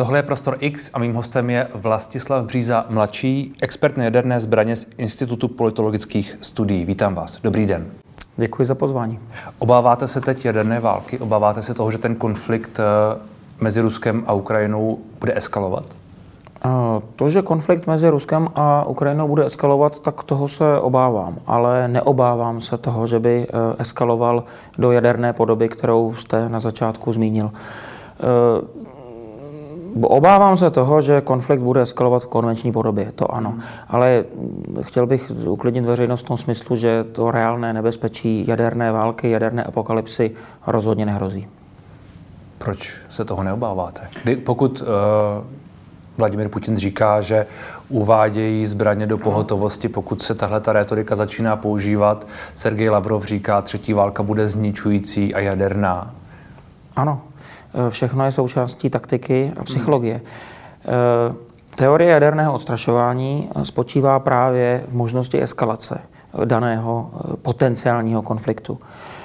Tohle je Prostor X a mým hostem je Vlastislav Bříza mladší, expert na jaderné zbraně z Institutu politologických studií. Vítám vás. Dobrý den. Děkuji za pozvání. Obáváte se teď jaderné války? Obáváte se toho, že ten konflikt mezi Ruskem a Ukrajinou bude eskalovat? To, že konflikt mezi Ruskem a Ukrajinou bude eskalovat, tak toho se obávám. Ale neobávám se toho, že by eskaloval do jaderné podoby, kterou jste na začátku zmínil. Obávám se toho, že konflikt bude eskalovat v konvenční podobě, to ano. Ale chtěl bych uklidnit veřejnost v tom smyslu, že to reálné nebezpečí jaderné války, jaderné apokalypsy rozhodně nehrozí. Proč se toho neobáváte? Pokud Vladimir Putin říká, že uvádějí zbraně do pohotovosti, pokud se tahleta rétorika začíná používat, Sergej Lavrov říká, třetí válka bude zničující a jaderná. Ano. Všechno je součástí taktiky a psychologie. Teorie jaderného odstrašování spočívá právě v možnosti eskalace daného potenciálního konfliktu.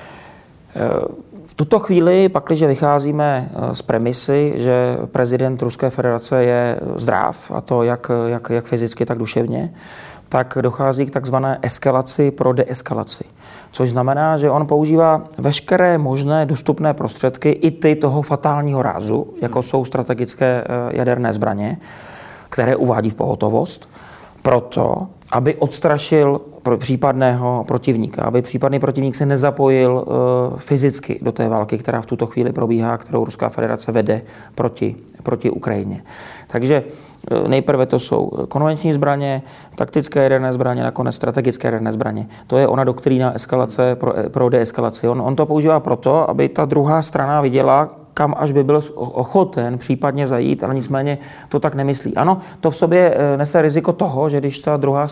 V tuto chvíli, pakliže vycházíme z premisy, že prezident Ruské federace je zdrav, a to jak fyzicky, tak duševně, tak dochází k takzvané eskalaci pro deeskalaci. Což znamená, že on používá veškeré možné dostupné prostředky, i ty toho fatálního rázu, jako jsou strategické jaderné zbraně, které uvádí v pohotovost, proto, aby odstrašil případného protivníka, aby případný protivník se nezapojil fyzicky do té války, která v tuto chvíli probíhá, kterou Ruská federace vede proti Ukrajině. Takže nejprve to jsou konvenční zbraně, taktické jaderné zbraně, nakonec strategické jaderné zbraně. To je ona doktrína eskalace pro deeskalaci. On to používá proto, aby ta druhá strana viděla, kam až by byl ochoten případně zajít, ale nicméně to tak nemyslí. Ano, to v sobě nese riziko toho, že když ta druhá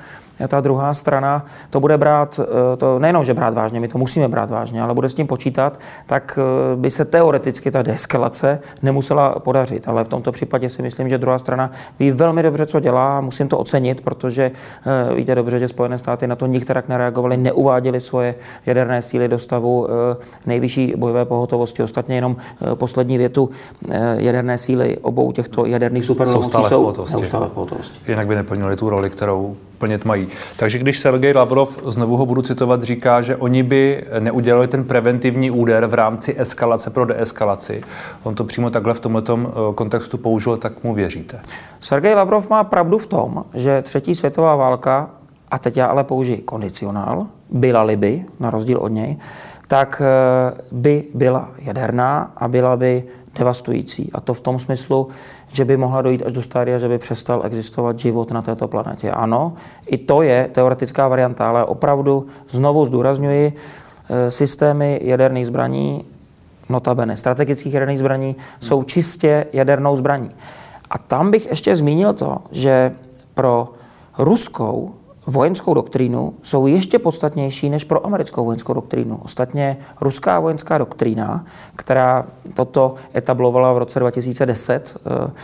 strana to bude brát, to nejenom, že brát vážně, my to musíme brát vážně, ale bude s tím počítat, tak by se teoreticky ta deeskalace nemusela podařit. Ale v tomto případě si myslím, že druhá strana ví velmi dobře, co dělá, musím to ocenit, protože víte dobře, že Spojené státy na to nikterak nereagovaly, neuváděly svoje jaderné síly do stavu nejvyšší bojové pohotovosti. Ostatně jenom poslední větu, jaderné síly obou těchto jaderných supervelmocí jsou neustále v pohotovosti. Jinak by neplnili tu roli, kterou plnit mají. Takže když Sergej Lavrov, znovu ho budu citovat, říká, že oni by neudělali ten preventivní úder v rámci eskalace pro deeskalaci, on to přímo takhle v tomhletom kontextu použil, tak mu věříte? Sergej Lavrov má pravdu v tom, že třetí světová válka, a teď já ale použiji kondicionál, byla-li by, na rozdíl od něj, tak by byla jaderná a byla by devastující. A to v tom smyslu, že by mohla dojít až do stádia, že by přestal existovat život na této planetě. Ano, i to je teoretická varianta, ale opravdu znovu zdůrazňuji, systémy jaderných zbraní, notabene strategických jaderných zbraní, jsou čistě jadernou zbraní. A tam bych ještě zmínil to, že pro ruskou vojenskou doktrínu jsou ještě podstatnější než pro americkou vojenskou doktrínu. Ostatně ruská vojenská doktrína, která toto etablovala v roce 2010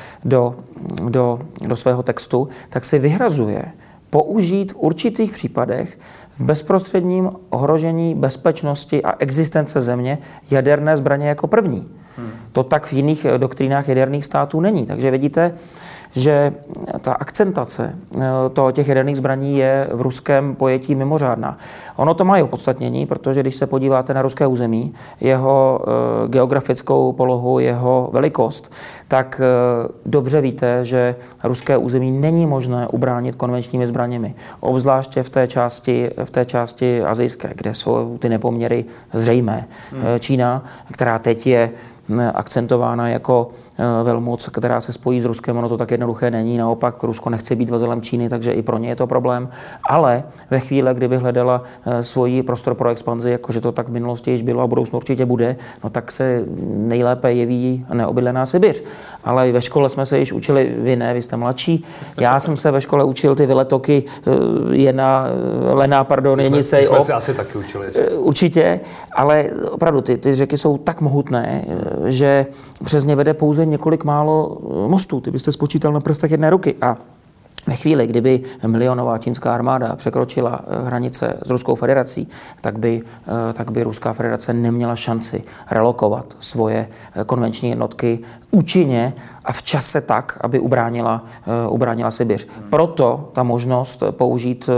do svého textu, tak si vyhrazuje použít v určitých případech v bezprostředním ohrožení bezpečnosti a existence země jaderné zbraně jako první. To tak v jiných doktrínách jaderných států není. Takže vidíte, že ta akcentace těch jaderných zbraní je v ruském pojetí mimořádná. Ono to má i opodstatnění, protože když se podíváte na ruské území, jeho geografickou polohu, jeho velikost, tak dobře víte, že ruské území není možné ubránit konvenčními zbraněmi. Obzvláště v té části asijské, kde jsou ty nepoměry zřejmé. Čína, která teď je akcentována jako velmoc, která se spojí s Ruskem, ono to tak jednoduché není, naopak Rusko nechce být vazalem Číny, takže i pro ně je to problém, ale ve chvíli, kdyby hledala svůj prostor pro expanzi, jakože to tak v minulosti již bylo a budoucnu určitě bude, no tak se nejlépe jeví neobydlená Sibiř. Ale ve škole jsme se již učili, vy ne, vy jste mladší, já jsem se ve škole učil ty veletoky Jenisej. Jsme se asi taky učili. Určitě, ale opravdu ty řeky jsou tak mohutné, že přes ně vede pouze několik málo mostů. Ty byste spočítal na prstech jedné ruky. A Ve chvíli, kdyby milionová čínská armáda překročila hranice s Ruskou federací, tak by Ruská federace neměla šanci relokovat svoje konvenční jednotky účinně a v čase tak, aby ubránila Sibiř. Proto ta možnost použít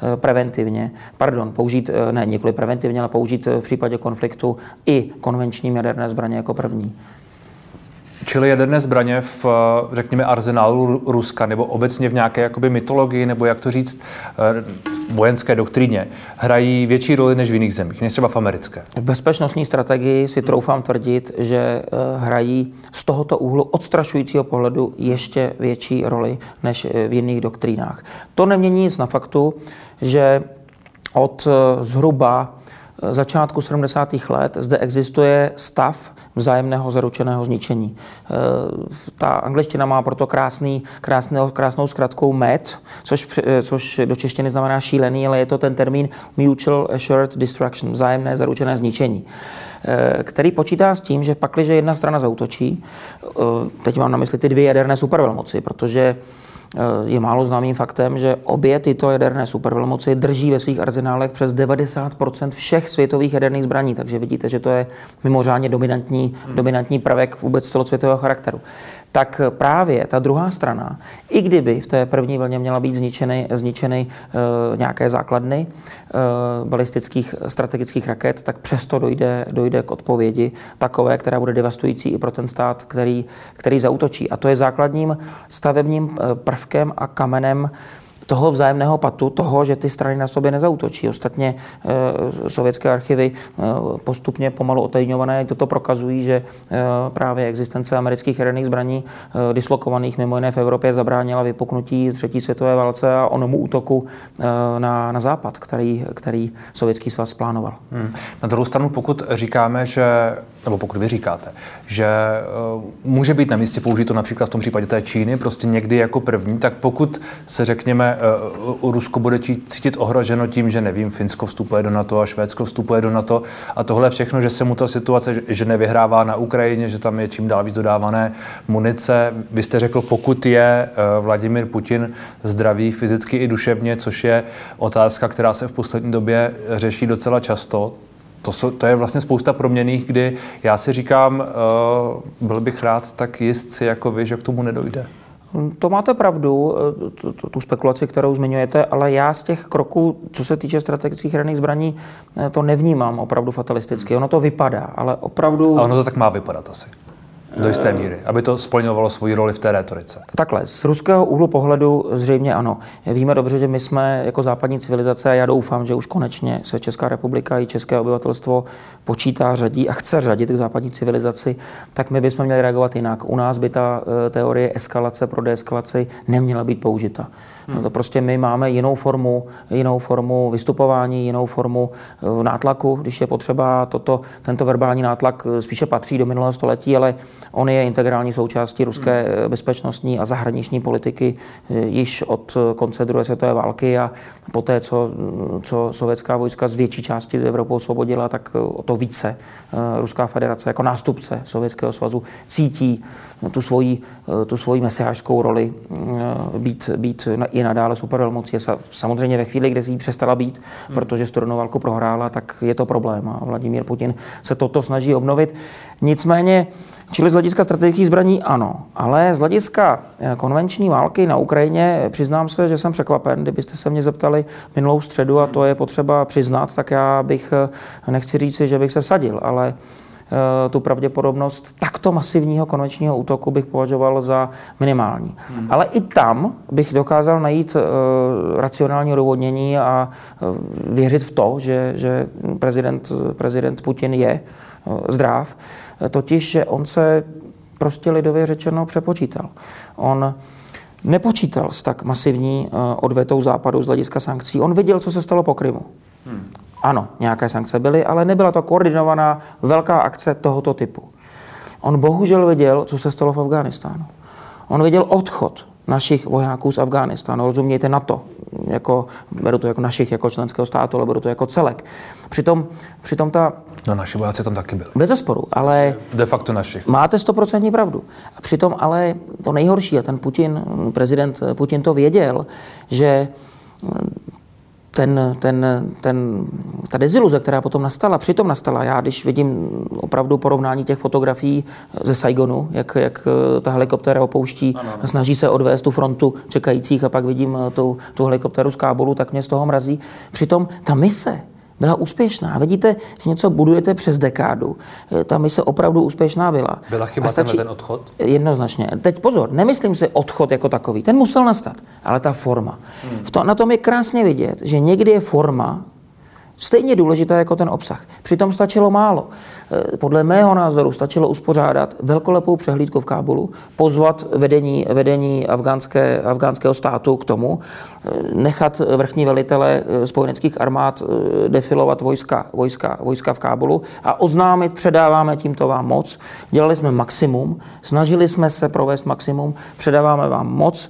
nikoli preventivně, ale použít v případě konfliktu i konvenční jaderné zbraně jako první. Čili jaderné zbraně v, řekněme, arzenálu Ruska nebo obecně v nějaké jakoby mytologii, nebo jak to říct, vojenské doktríně, hrají větší roli než v jiných zemích, než třeba v americké. V bezpečnostní strategii si troufám tvrdit, že hrají z tohoto úhlu odstrašujícího pohledu ještě větší roli než v jiných doktrínách. To nemění nic na faktu, že od zhruba začátku 70. let zde existuje stav vzájemného zaručeného zničení. Ta angličtina má proto krásnou zkratkou MAD, což do češtiny znamená šílený, ale je to ten termín Mutual Assured Destruction, vzájemné zaručené zničení, který počítá s tím, že pakliže jedna strana zaútočí, teď mám na mysli ty dvě jaderné supervelmoci, protože je málo známým faktem, že obě tyto jaderné supervelmoci drží ve svých arzenálech přes 90% všech světových jaderných zbraní, takže vidíte, že to je mimořádně dominantní prvek vůbec celosvětového charakteru. Tak právě ta druhá strana, i kdyby v té první vlně měla být zničeny nějaké základny balistických strategických raket, tak přesto dojde k odpovědi takové, která bude devastující i pro ten stát, který zaútočí. A to je základním stavebním prvkem a kamenem toho vzájemného patu, toho, že ty strany na sobě nezaútočí. Ostatně sovětské archivy postupně pomalu otajňované toto prokazují, že právě existence amerických jaderných zbraní dislokovaných mimo jiné v Evropě zabránila vypuknutí třetí světové válce a onomu útoku na západ, který Sovětský svaz plánoval. Na druhou stranu, pokud říkáme, nebo pokud vy říkáte, že může být na místě použito například v tom případě té Číny, prostě někdy jako první, tak pokud se řekněme, Rusko bude cítit ohroženo tím, že nevím, Finsko vstupuje do NATO a Švédsko vstupuje do NATO a tohle všechno, že se mu ta situace, že nevyhrává na Ukrajině, že tam je čím dál víc dodávané munice. Vy jste řekl, pokud je Vladimír Putin zdravý fyzicky i duševně, což je otázka, která se v poslední době řeší docela často. To je vlastně spousta proměnných, kdy já si říkám, byl bych rád tak jist si jako vy, že k tomu nedojde. To máte pravdu, tu spekulaci, kterou zmiňujete, ale já z těch kroků, co se týče strategických jaderných zbraní, to nevnímám opravdu fatalisticky. Ono to vypadá, ale opravdu... A ono to tak má vypadat asi. Do jisté míry, aby to splňovalo svoji roli v té rétorice. Takhle, z ruského úhlu pohledu zřejmě ano. Víme dobře, že my jsme jako západní civilizace a já doufám, že už konečně se Česká republika i české obyvatelstvo počítá, řadí a chce řadit k západní civilizaci, tak my bychom měli reagovat jinak. U nás by ta teorie eskalace pro deeskalaci neměla být použita. To prostě my máme jinou formu vystupování, jinou formu nátlaku, když je potřeba. Tento verbální nátlak spíše patří do minulého století, ale on je integrální součástí ruské bezpečnostní a zahraniční politiky již od konce druhé světové války a poté, co sovětská vojska z větší části Evropu osvobodila, tak o to více Ruská federace jako nástupce Sovětského svazu cítí tu svoji mesiášskou roli být i nadále supervelmocí. Samozřejmě ve chvíli, kdy si ji přestala být, protože studenou válku prohrála, tak je to problém a Vladimír Putin se toto snaží obnovit. Nicméně, čili z hlediska strategických zbraní ano, ale z hlediska konvenční války na Ukrajině přiznám se, že jsem překvapen, kdybyste se mě zeptali minulou středu a to je potřeba přiznat, tak já bych, nechci říct, že bych se vsadil, ale tu pravděpodobnost takto masivního konvenčního útoku bych považoval za minimální. Ale i tam bych dokázal najít racionální odůvodnění a věřit v to, že prezident Putin je zdrav, totiž, že on se prostě lidově řečeno přepočítal. On nepočítal s tak masivní odvetou Západu z hlediska sankcí. On viděl, co se stalo po Krymu. Ano, nějaké sankce byly, ale nebyla to koordinovaná velká akce tohoto typu. On bohužel viděl, co se stalo v Afghánistánu. On viděl odchod našich vojáků z Afghánistánu. Rozumějte NATO. Beru to jako našich, jako členského státu, ale beru to jako celek. Přitom ta No naši vojáci tam taky byli. Bezesporu, ale... De facto naši. Máte 100% pravdu. A přitom ale to nejhorší, a prezident Putin to věděl, že ta deziluze, která potom přitom nastala, já když vidím opravdu porovnání těch fotografií ze Saigonu, jak ta helikoptéra opouští a snaží se odvést tu frontu čekajících a pak vidím tu helikoptéru z Kábulu, tak mě z toho mrazí. Přitom ta mise byla úspěšná. Vidíte, že něco budujete přes dekádu. Ta mise opravdu úspěšná byla. Byla chyba ten odchod? Jednoznačně. Teď pozor, nemyslím si odchod jako takový. Ten musel nastat, ale ta forma. Na tom je krásně vidět, že někdy je forma stejně důležitá jako ten obsah. Přitom stačilo málo. Podle mého názoru stačilo uspořádat velkolepou přehlídku v Kábulu, pozvat vedení afgánského státu k tomu, nechat vrchní velitele spojeneckých armád defilovat vojska v Kábulu a oznámit, předáváme tímto vám moc. Dělali jsme maximum, snažili jsme se provést maximum, předáváme vám moc,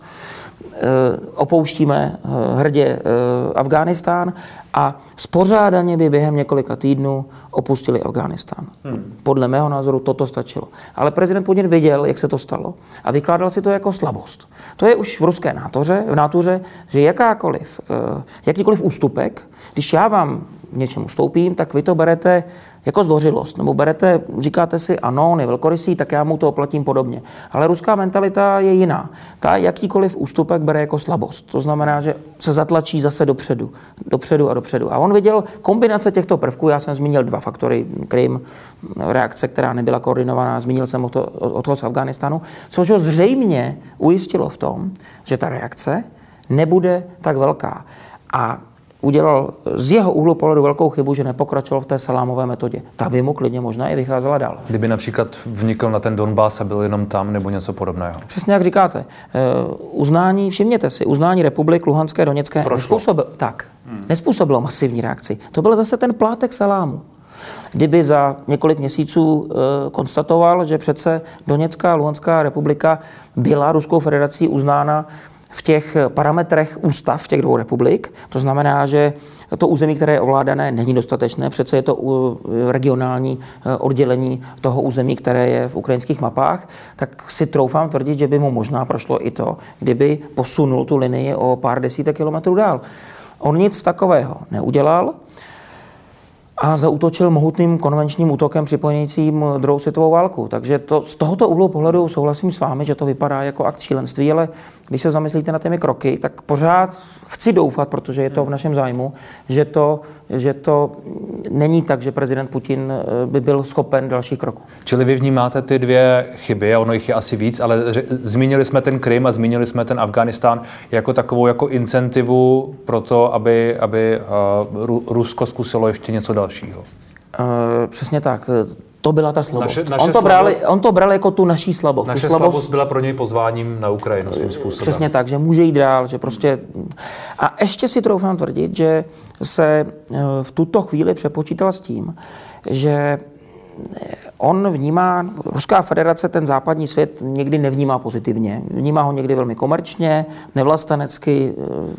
opouštíme hrdě Afghánistán a spořádaně by během několika týdnů opustili Afghánistán. Podle mého názoru toto stačilo. Ale prezident Putin viděl, jak se to stalo a vykládal si to jako slabost. To je už v ruské nátuře, že jakýkoliv ústupek, když já vám něčemu ustoupím, tak vy to berete jako zdvořilost, nebo říkáte si, ano, on je velkorysý, tak já mu to oplatím podobně. Ale ruská mentalita je jiná. Ta jakýkoliv ústupek bere jako slabost. To znamená, že se zatlačí zase dopředu. A on viděl kombinace těchto prvků, já jsem zmínil 2 faktory, Krym, reakce, která nebyla koordinovaná, zmínil jsem odchod z Afghánistánu, což ho zřejmě ujistilo v tom, že ta reakce nebude tak velká. A udělal z jeho úhlu pohledu velkou chybu, že nepokračoval v té salámové metodě. Ta by mu klidně možná i vycházela dál. Kdyby například vnikl na ten Donbas a byl jenom tam nebo něco podobného. Přesně jak říkáte. Všimněte si, uznání republik Luhanské, Doněcké nespůsobilo masivní reakci. To byl zase ten plátek salámu. Kdyby za několik měsíců konstatoval, že přece Doněcká a Luhanská republika byla Ruskou federací uznána v těch parametrech ústav těch 2 republik. To znamená, že to území, které je ovládané, není dostatečné. Přece je to regionální oddělení toho území, které je v ukrajinských mapách. Tak si troufám tvrdit, že by mu možná prošlo i to, kdyby posunul tu linii o pár desítek kilometrů dál. On nic takového neudělal a zaútočil mohutným konvenčním útokem připojujícím 2. světovou válku. Takže z tohoto úhlu pohledu souhlasím s vámi, že to vypadá jako akt šílenství, ale když se zamyslíte na těmi kroky, tak pořád chci doufat, protože je to v našem zájmu, že to není tak, že prezident Putin by byl schopen dalších kroků. Čili vy vnímáte ty 2 chyby, a ono jich je asi víc, ale zmínili jsme ten Krym a zmínili jsme ten Afghánistán jako takovou jako incentivu pro to, aby Rusko zkusilo ještě něco dalšího. Přesně tak. To byla ta slabost. Naše on to bral jako tu naší slabost. Naše slabost byla pro něj pozváním na Ukrajinu svým způsobem. Přesně tak, že může jít dál, že prostě... A ještě si troufám tvrdit, že se v tuto chvíli přepočítal s tím, že on vnímá, Ruská federace ten západní svět někdy nevnímá pozitivně. Vnímá ho někdy velmi komerčně, nevlastenecky,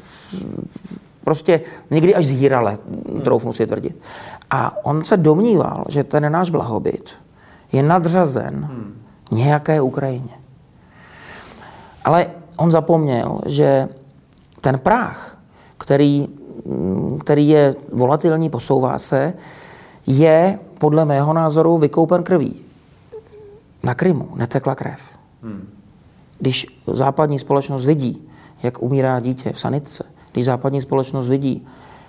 prostě někdy až zhýrale, troufnu si tvrdit. A on se domníval, že ten náš blahobyt je nadřazen nějaké Ukrajině. Ale on zapomněl, že ten práh, který je volatilní, posouvá se, je podle mého názoru vykoupen krví. Na Krymu netekla krev. Když západní společnost vidí, jak umírá dítě v sanitce, když západní společnost vidí,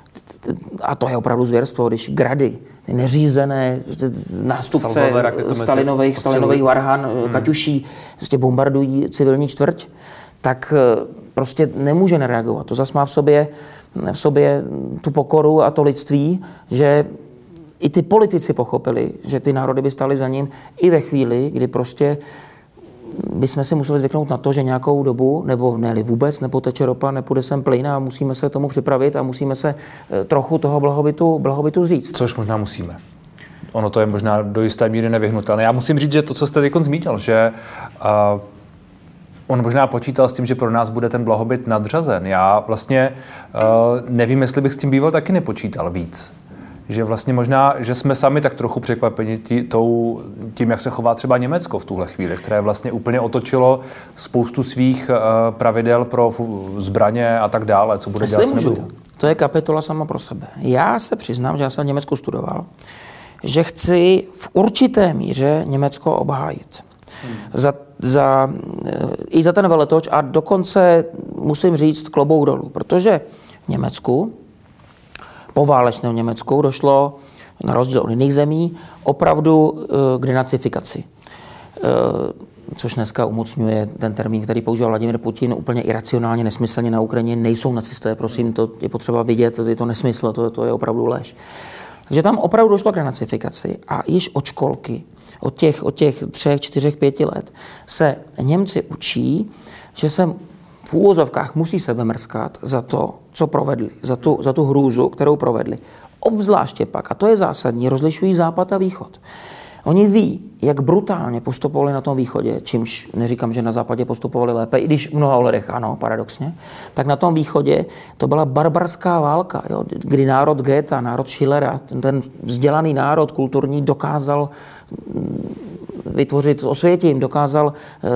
a to je opravdu zvěrstvo, když Grady, ty neřízené nástupce Stalinových Varhan, Kaťuší, prostě bombardují civilní čtvrť, tak prostě nemůže nereagovat. To zas má v sobě tu pokoru a to lidství, že i ty politici pochopili, že ty národy by stály za ním i ve chvíli, kdy prostě bychom si museli zvyknout na to, že nějakou dobu, nebo ne-li vůbec, nepoteče ropa, nepůjde sem plyn a musíme se tomu připravit a musíme se trochu toho blahobytu říct. Což možná musíme. Ono to je možná do jisté míry nevyhnutelné. Já musím říct, že to, co jste teď zmínil, že on možná počítal s tím, že pro nás bude ten blahobyt nadřazen. Já vlastně nevím, jestli bych s tím býval taky nepočítal víc. že vlastně možná, že jsme sami tak trochu překvapeni tím, jak se chová třeba Německo v tuhle chvíli, které vlastně úplně otočilo spoustu svých pravidel pro zbraně a tak dále, co bude dělat, co nebude dělat. To je kapitola sama pro sebe. Já se přiznám, že já jsem v Německu studoval, že chci v určité míře Německo obhájit. I za ten veletoč a dokonce musím říct klobouk dolů, protože v Německu, po válečném Německu, došlo na rozdíl od jiných zemí opravdu k denacifikaci. Což dneska umocňuje ten termín, který používal Vladimír Putin úplně iracionálně, nesmyslně na Ukrajině. Nejsou nacisté, prosím, to je potřeba vidět, je to nesmysl, to je opravdu lež. Takže tam opravdu došlo k denacifikaci a již od školky, od těch 3, 4, 5 let se Němci učí, že se v úvozovkách musí sebe mrskat za to, co provedli, za tu hrůzu, kterou provedli. Obzvláště pak, a to je zásadní, rozlišují západ a východ. Oni ví, jak brutálně postupovali na tom východě, čímž neříkám, že na západě postupovali lépe, i když v mnoha ohledech ano, paradoxně, tak na tom východě to byla barbarská válka, jo, kdy národ Goethe, národ Schillera, ten vzdělaný národ kulturní dokázal vytvořit osvětím, dokázal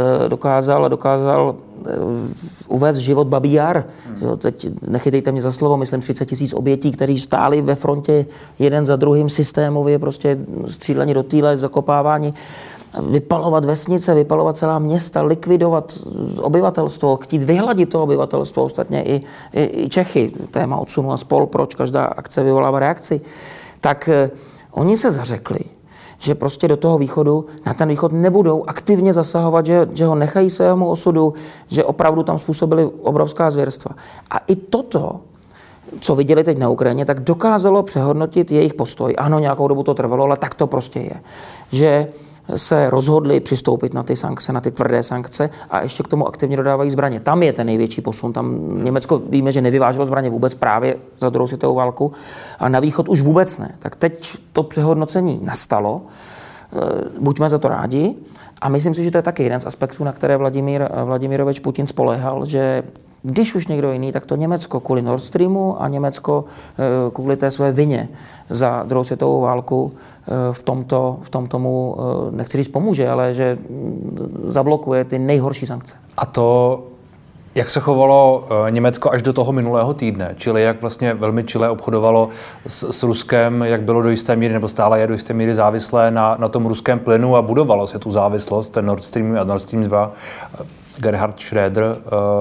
uvést život Babí Jar. Teď nechytejte mě za slovo, myslím 30 000 obětí, kteří stáli ve frontě jeden za druhým systémově, prostě střílení do týle, zakopávání, vypalovat vesnice, vypalovat celá města, likvidovat obyvatelstvo, chtít vyhladit to obyvatelstvo, ostatně i Čechy, téma odsunu a spol, proč každá akce vyvolává reakci, tak oni se zařekli, že prostě do toho východu, na ten východ nebudou aktivně zasahovat, že ho nechají svému osudu, že opravdu tam způsobili obrovská zvěrstva. A i toto, co viděli teď na Ukrajině, tak dokázalo přehodnotit jejich postoj. Ano, nějakou dobu to trvalo, ale tak to prostě je. Že se rozhodli přistoupit na ty sankce, na ty tvrdé sankce a ještě k tomu aktivně dodávají zbraně. Tam je ten největší posun. Tam Německo víme, že nevyváželo zbraně vůbec právě za druhou světovou válku a na východ už vůbec ne. Tak teď to přehodnocení nastalo. Buďme za to rádi. A myslím si, že to je taky jeden z aspektů, na které Vladimirovič Putin spoléhal, že když už někdo jiný, tak to Německo kvůli Nord Streamu a Německo kvůli té své vině za druhou světovou válku v tom tomu, nechci říct pomůže, ale že zablokuje ty nejhorší sankce. A to, jak se chovalo Německo až do toho minulého týdne, čili jak vlastně velmi čile obchodovalo s Ruskem, jak bylo do jisté míry, nebo stále je do jisté míry závislé na tom ruském plynu a budovalo se tu závislost, ten Nord Stream a Nord Stream 2. Gerhard Schröder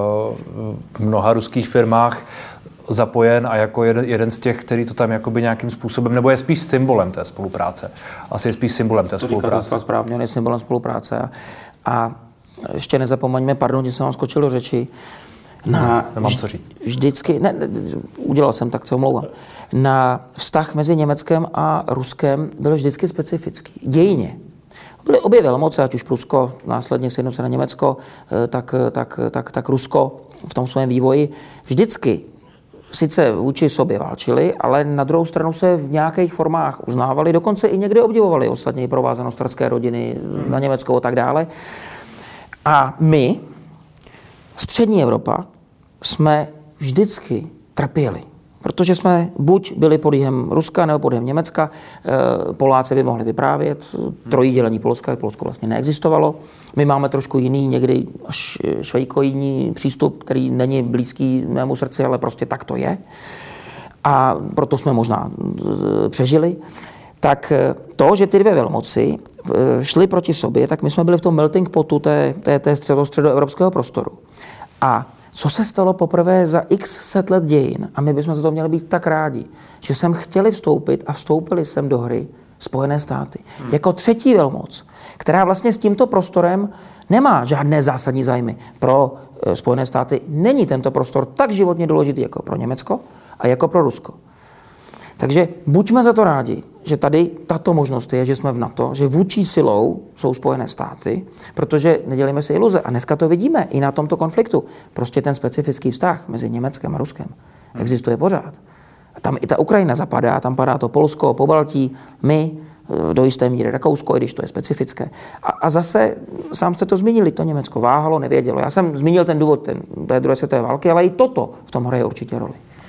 v mnoha ruských firmách zapojen a jako jeden z těch, který to tam jakoby nějakým způsobem, nebo je spíš symbolem té spolupráce. Asi je spíš symbolem té spolupráce. To říkáte správně, on je symbolem spolupráce. A ještě nezapomeňme, pardon, že jsem vám skočil do řeči. Nemám co říct. Vždycky, udělal jsem, tak se omlouvám. Na vztah mezi Německem a Ruskem byl vždycky specifický. Dějně. Byly obě velmoce, ať už Prusko, následně sjednocené Německo, tak Rusko v tom svém vývoji. Vždycky sice vůči sobě válčili, ale na druhou stranu se v nějakých formách uznávali, dokonce i někde obdivovali, ostatně i provázanost trské rodiny na Německo a tak dále. A my, střední Evropa, jsme vždycky trpěli. Protože jsme buď byli pod jihem Ruska nebo pod jihem Německa, Poláci by mohli vyprávět, trojí dělení Polska, Polsko vlastně neexistovalo. My máme trošku jiný, někdy až švejkoidní přístup, který není blízký mému srdci, ale prostě tak to je. A proto jsme možná přežili. Tak to, že ty dvě velmoci šly proti sobě, tak my jsme byli v tom melting potu té středoevropského prostoru. A co se stalo poprvé za x set let dějin, a my bychom za to měli být tak rádi, že sem chtěli vstoupit a vstoupili sem do hry Spojené státy. Jako třetí velmoc, která vlastně s tímto prostorem nemá žádné zásadní zájmy. Pro Spojené státy není tento prostor tak životně důležitý jako pro Německo a jako pro Rusko. Takže buďme za to rádi, že tady tato možnost je, že jsme v NATO, že vůdčí silou jsou Spojené státy, protože nedělíme si iluze. A dneska to vidíme i na tomto konfliktu. Prostě ten specifický vztah mezi Německem a Ruskem existuje pořád. A tam i ta Ukrajina zapadá, tam padá to Polsko, Pobaltí, my, do jisté míry Rakousko, i když to je specifické. A zase, sám jste to zmínili, to Německo váhalo, nevědělo. Já jsem zmínil ten důvod té druhé světové války, ale i toto v tom hraje určitě roli.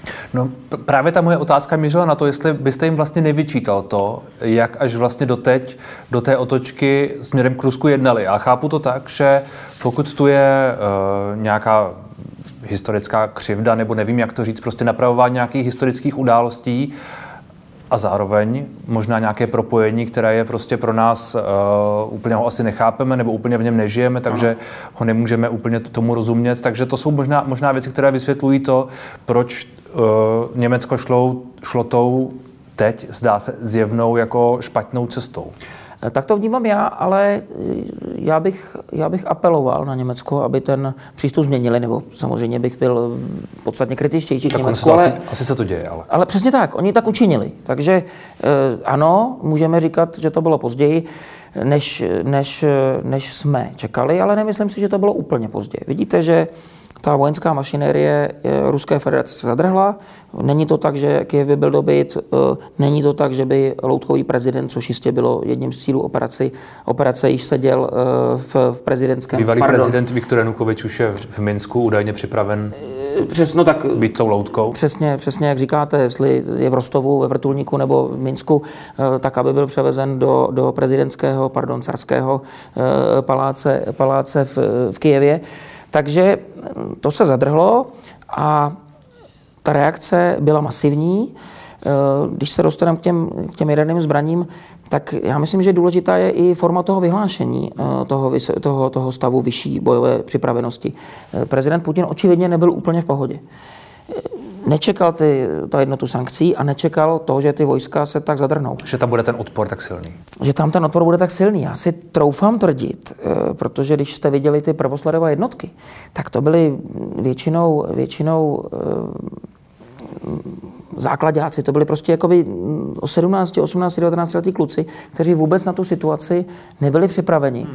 No právě ta moje otázka mířila na to, jestli byste jim vlastně nevyčítal to, jak až vlastně doteď do té otočky směrem k Rusku jednali. Já chápu to tak, že pokud tu je nějaká historická křivda, nebo nevím, jak to říct, prostě napravování nějakých historických událostí a zároveň možná nějaké propojení, které je prostě pro nás úplně ho asi nechápeme, nebo úplně v něm nežijeme, takže ho nemůžeme úplně tomu rozumět. Takže to jsou možná věci, které vysvětlují to, proč Německo šlo tou teď, zdá se, zjevnou jako špatnou cestou. Tak to vnímám já, ale já bych apeloval na Německo, aby ten přístup změnili, nebo samozřejmě bych byl podstatně kritičtější k Německu. Asi se to děje, ale... Ale přesně tak, oni tak učinili. Takže ano, můžeme říkat, že to bylo později, než jsme čekali, ale nemyslím si, že to bylo úplně pozdě. Vidíte, že ta vojenská mašinérie Ruské federace se zadrhla. Není to tak, že Kyjev by byl dobyt, není to tak, že by loutkový prezident, což jistě bylo jedním z cílů operace již seděl v prezidentském... Bývalý prezident Viktor Janukovyč už je v Minsku údajně připraven být tou loutkou. Přesně, jak říkáte, jestli je v Rostovu, ve Vrtulníku nebo v Minsku, tak aby byl převezen do prezidentského, carského paláce v Kyjevě. Takže to se zadrhlo a ta reakce byla masivní. Když se dostaneme k těm jaderným zbraním, tak já myslím, že důležitá je i forma toho vyhlášení toho stavu vyšší bojové připravenosti. Prezident Putin očividně nebyl úplně v pohodě. Nečekal ta jednotu sankcí a nečekal to, že ty vojska se tak zadrhnou. Že tam bude ten odpor tak silný. Že tam ten odpor bude tak silný. Já si troufám tvrdit, protože když jste viděli ty prvosledové jednotky, tak to byly většinou základáci, to byli prostě jakoby 17, 18, 19 letí kluci, kteří vůbec na tu situaci nebyli připraveni.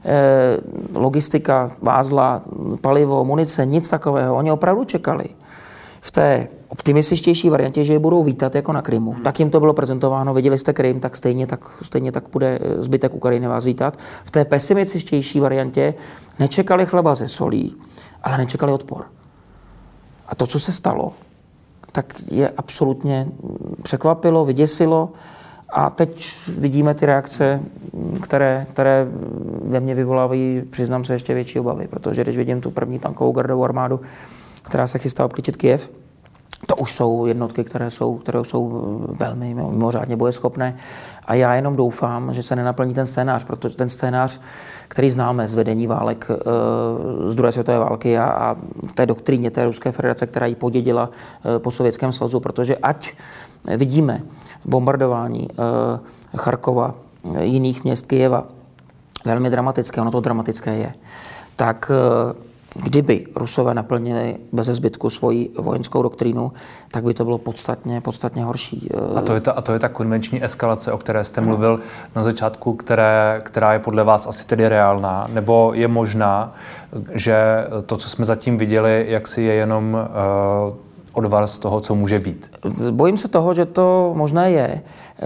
Logistika vázla, palivo, munice, nic takového. Oni opravdu čekali v té optimističtější variantě, že je budou vítat jako na Krymu. Tak jim to bylo prezentováno, viděli jste Krym, tak stejně tak bude zbytek Ukrajiny vás vítat. V té pesimističtější variantě nečekali chleba ze solí, ale nečekali odpor. A to, co se stalo, tak je absolutně překvapilo, vyděsilo a teď vidíme ty reakce, které ve mně vyvolávají, přiznám se, ještě větší obavy, protože když vidím tu první tankovou gardovou armádu, která se chystá obklíčit Kyjev, to už jsou jednotky, které jsou velmi mimořádně bojeschopné a já jenom doufám, že se nenaplní ten scénář, protože ten scénář, který známe z vedení válek z druhé světové války a té doktríně té Ruské federace, která ji podědila po Sovětském svazu, protože ať vidíme bombardování Charkova, jiných měst Kyjeva, velmi dramatické, ono to dramatické je, tak kdyby Rusové naplnili bez zbytku svoji vojenskou doktrínu, tak by to bylo podstatně horší. A to je ta konvenční eskalace, o které jste mluvil na začátku, která je podle vás asi tedy reálná, nebo je možná, že to, co jsme zatím viděli, jaksi je jenom odvar z toho, co může být? Bojím se toho, že to možné je.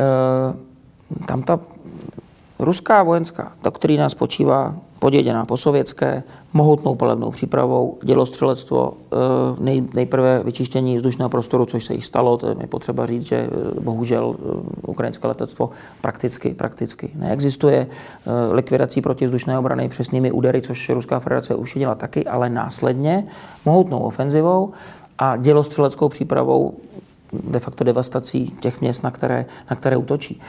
Tam ta ruská vojenská doktrína spočívá poděděná po sovětské, mohutnou palebnou přípravou, dělostřelectvo, nejprve vyčištění vzdušného prostoru, což se již stalo, to je potřeba říct, že bohužel ukrajinské letectvo prakticky neexistuje, likvidací protivzdušné obrany přesnými údery, což Ruská federace učinila taky, ale následně mohutnou ofenzivou a dělostřeleckou přípravou, de facto devastací těch měst, na které útočí.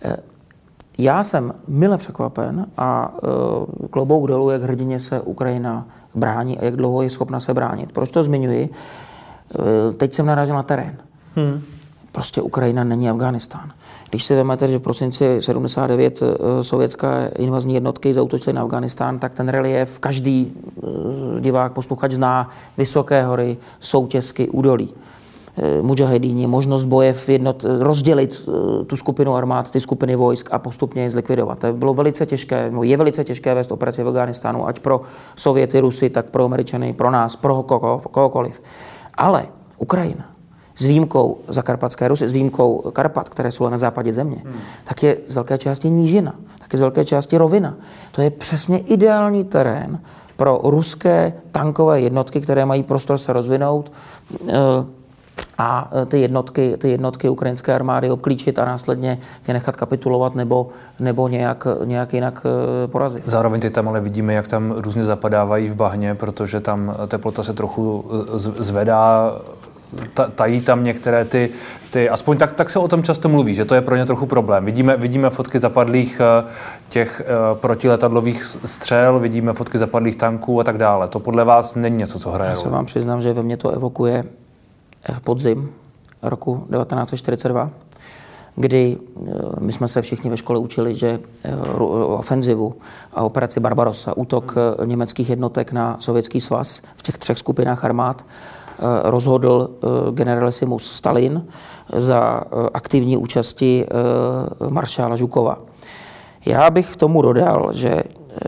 Já jsem mile překvapen a klobouk dolů, jak hrdině se Ukrajina brání a jak dlouho je schopna se bránit. Proč to zmiňuji? Teď jsem narážel na terén. Prostě Ukrajina není Afghánistán. Když si vezmete, že v prosinci 79 sovětské invazní jednotky zaútočily na Afghánistán, tak ten relief každý divák, posluchač zná: vysoké hory, soutěsky, údolí. Mudžahedíni, možnost boje rozdělit tu skupinu armád, ty skupiny vojsk a postupně je zlikvidovat. To bylo velice těžké, je velice těžké vést operaci v Afghánistánu, ať pro Sověty, Rusy, tak pro Američany, pro nás, pro kohokoliv. Ale Ukrajina, s výjimkou zakarpatské Rusy, s výjimkou Karpat, které jsou na západě země, tak je z velké části nížina, tak je z velké části rovina. To je přesně ideální terén pro ruské tankové jednotky, které mají prostor se rozvinout, a ty jednotky ukrajinské armády obklíčit a následně je nechat kapitulovat nebo nějak jinak porazit. Zároveň ty tam ale vidíme, jak tam různě zapadávají v bahně, protože tam teplota se trochu zvedá, tají tam některé ty aspoň tak se o tom často mluví, že to je pro ně trochu problém. Vidíme fotky zapadlých těch protiletadlových střel, vidíme fotky zapadlých tanků a tak dále. To podle vás není něco, co hraje? Já se vám přiznám, že ve mně to evokuje podzim roku 1942, kdy my jsme se všichni ve škole učili, že ofenzivu a operaci Barbarossa, útok německých jednotek na Sovětský svaz v těch 3 skupinách armád, rozhodl generalisimus Stalin za aktivní účasti maršála Žukova. Já bych k tomu dodal, že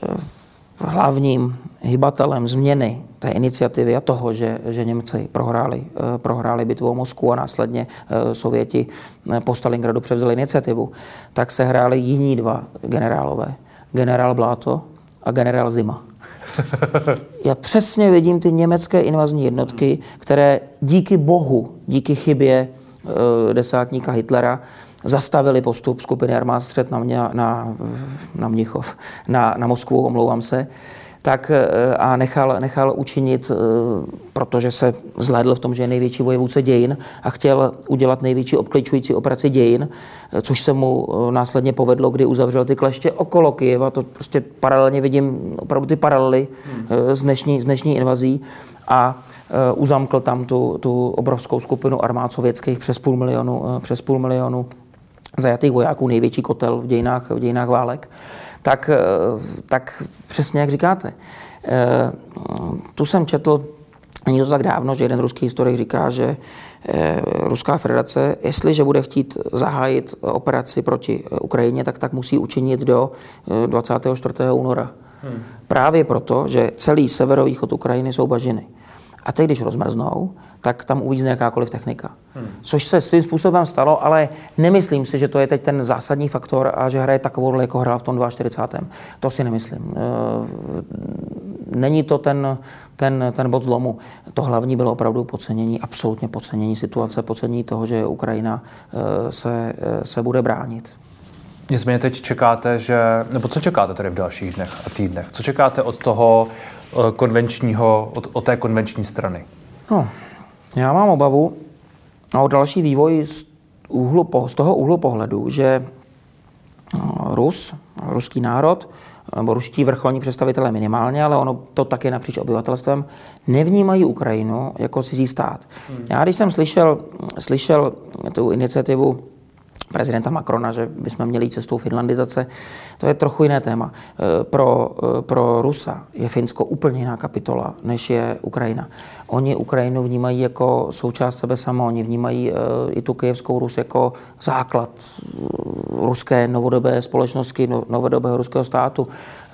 hlavním hybatelem změny té iniciativy a toho, že Němci prohráli bitvu o Moskvu a následně Sověti po Stalingradu převzali iniciativu, tak se hráli jiní 2 generálové. Generál Bláto a generál Zima. Já přesně vidím ty německé invazní jednotky, které díky bohu, díky chybě desátníka Hitlera zastavili postup skupiny armád střed na Mnichov, na Moskvu, omlouvám se, tak a nechal učinit, protože se zhlédl v tom, že je největší vojevůdce dějin a chtěl udělat největší obklíčující operaci dějin, což se mu následně povedlo, kdy uzavřel ty kleště okolo Kyjeva. To prostě paralelně vidím opravdu ty paralely s dnešní invazí a uzamkl tam tu obrovskou skupinu armád sovětských přes půl milionu zajatých vojáků, největší kotel v dějinách válek. Tak přesně jak říkáte. Tu jsem četl, není to tak dávno, že jeden ruský historik říká, že Ruská federace, jestliže bude chtít zahájit operaci proti Ukrajině, tak musí učinit do 24. února. Právě proto, že celý severovýchod Ukrajiny jsou bažiny. A teď, když rozmrznou, tak tam uvízne jakákoliv technika. Což se svým způsobem stalo, ale nemyslím si, že to je teď ten zásadní faktor a že hraje takovou roli, jako hrál v tom 42. To si nemyslím. Není to ten bod zlomu. To hlavní bylo opravdu podcenění, absolutně podcenění situace, podcenění toho, že Ukrajina se bude bránit. Nicméně teď čekáte, nebo co čekáte tady v dalších dnech a týdnech? Co čekáte od toho konvenčního, od té konvenční strany? No, já mám obavu o další vývoj z toho úhlu pohledu, že ruský národ, nebo ruští vrcholní představitelé minimálně, ale ono to taky napříč obyvatelstvem, nevnímají Ukrajinu jako cizí stát. Já když jsem slyšel tu iniciativu prezidenta Macrona, že bychom měli jít cestou finlandizace, to je trochu jiné téma. Pro Rusa je Finsko úplně jiná kapitola, než je Ukrajina. Oni Ukrajinu vnímají jako součást sebe sama, oni vnímají i tu Kyjevskou Rus jako základ ruské novodobé společnosti, novodobého ruského státu.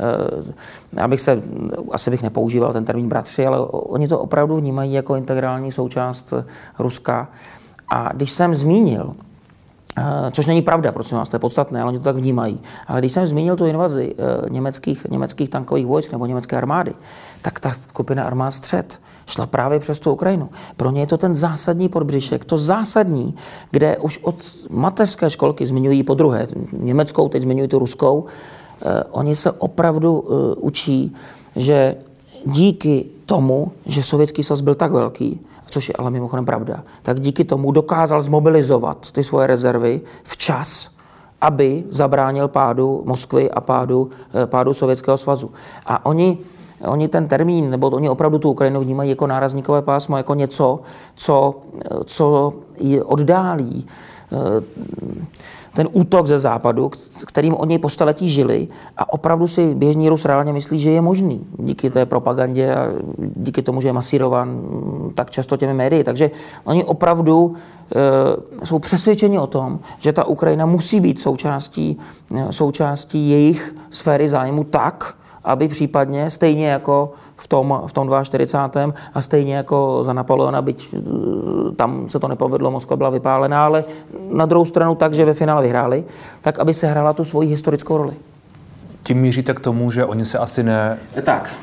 Asi bych nepoužíval ten termín bratři, ale oni to opravdu vnímají jako integrální součást Ruska. A když jsem zmínil, což není pravda, prosím vás, to je podstatné, ale oni to tak vnímají. Ale když jsem zmínil tu invazi německých tankových vojsk nebo německé armády, tak ta skupina armád střed šla právě přes tu Ukrajinu. Pro ně je to ten zásadní podbřišek, to zásadní, kde už od mateřské školky zmiňují podruhé, německou, teď zmiňují tu ruskou, oni se opravdu učí, že díky tomu, že Sovětský svaz byl tak velký, což je ale mimochodem pravda, tak díky tomu dokázal zmobilizovat ty svoje rezervy včas, aby zabránil pádu Moskvy a pádu Sovětského svazu. A oni ten termín, nebo oni opravdu tu Ukrajinu vnímají jako nárazníkové pásmo, jako něco, co je oddálí ten útok ze západu, kterým oni po staletí žili a opravdu si běžný Rus reálně myslí, že je možný díky té propagandě a díky tomu, že je masírovan tak často těmi médii. Takže oni opravdu jsou přesvědčeni o tom, že ta Ukrajina musí být součástí jejich sféry zájmu tak, aby případně stejně jako v tom 42. a stejně jako za Napoleona, byť tam se to nepovedlo, Moskva byla vypálená, ale na druhou stranu tak, že ve finále vyhráli, tak aby se hrála tu svoji historickou roli. Tím míříte k tomu, že oni se asi Tak.